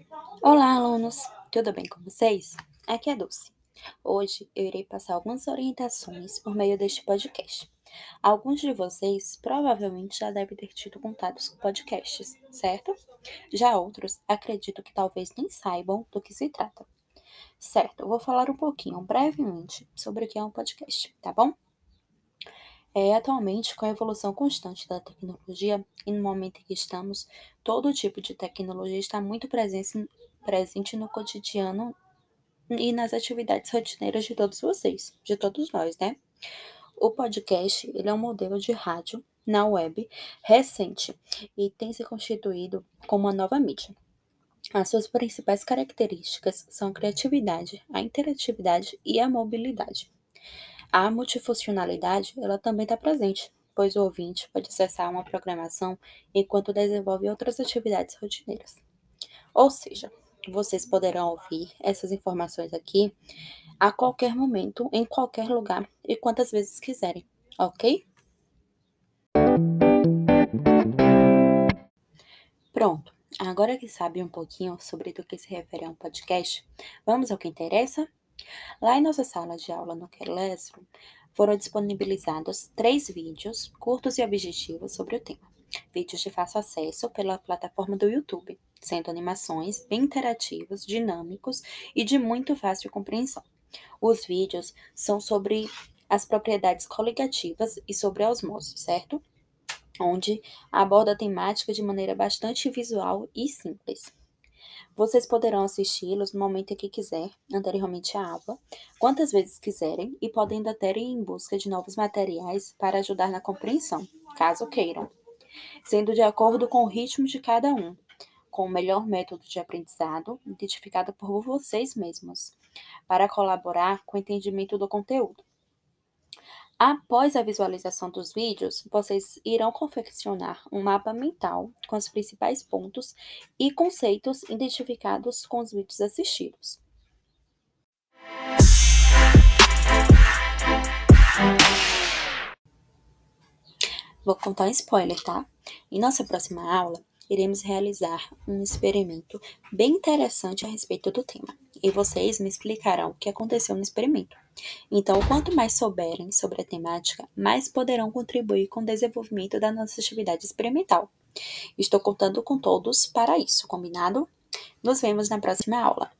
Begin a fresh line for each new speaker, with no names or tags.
Olá, alunos! Tudo bem com vocês? Aqui é Dulce. Hoje eu irei passar algumas orientações por meio deste podcast. Alguns de vocês provavelmente já devem ter tido contatos com podcasts, certo? Já outros acredito que talvez nem saibam do que se trata. Certo, eu vou falar um pouquinho brevemente sobre o que é um podcast, tá bom? Atualmente, com a evolução constante da tecnologia e no momento em que estamos, todo tipo de tecnologia está muito presente no cotidiano e nas atividades rotineiras de todos vocês, de todos nós, né? O podcast, ele é um modelo de rádio na web recente e tem se constituído como uma nova mídia. As suas principais características são a criatividade, a interatividade e a mobilidade. A multifuncionalidade, ela também está presente, pois o ouvinte pode acessar uma programação enquanto desenvolve outras atividades rotineiras. Ou seja, vocês poderão ouvir essas informações aqui a qualquer momento, em qualquer lugar e quantas vezes quiserem, ok? Pronto. Agora que sabe um pouquinho sobre do que se refere a um podcast, vamos ao que interessa? Lá em nossa sala de aula no Classroom, foram disponibilizados 3 vídeos curtos e objetivos sobre o tema. Vídeos de fácil acesso pela plataforma do YouTube, sendo animações bem interativos, dinâmicos e de muito fácil compreensão. Os vídeos são sobre as propriedades coligativas e sobre a osmose, certo? Onde aborda a temática de maneira bastante visual e simples. Vocês poderão assisti-los no momento em que quiser, anteriormente à aula, quantas vezes quiserem e podem ainda ir em busca de novos materiais para ajudar na compreensão, caso queiram, sendo de acordo com o ritmo de cada um, com o melhor método de aprendizado identificado por vocês mesmos, para colaborar com o entendimento do conteúdo. Após a visualização dos vídeos, vocês irão confeccionar um mapa mental com os principais pontos e conceitos identificados com os vídeos assistidos. Vou contar um spoiler, tá? Em nossa próxima aula, iremos realizar um experimento bem interessante a respeito do tema. E vocês me explicarão o que aconteceu no experimento. Então, quanto mais souberem sobre a temática, mais poderão contribuir com o desenvolvimento da nossa atividade experimental. Estou contando com todos para isso, combinado? Nos vemos na próxima aula.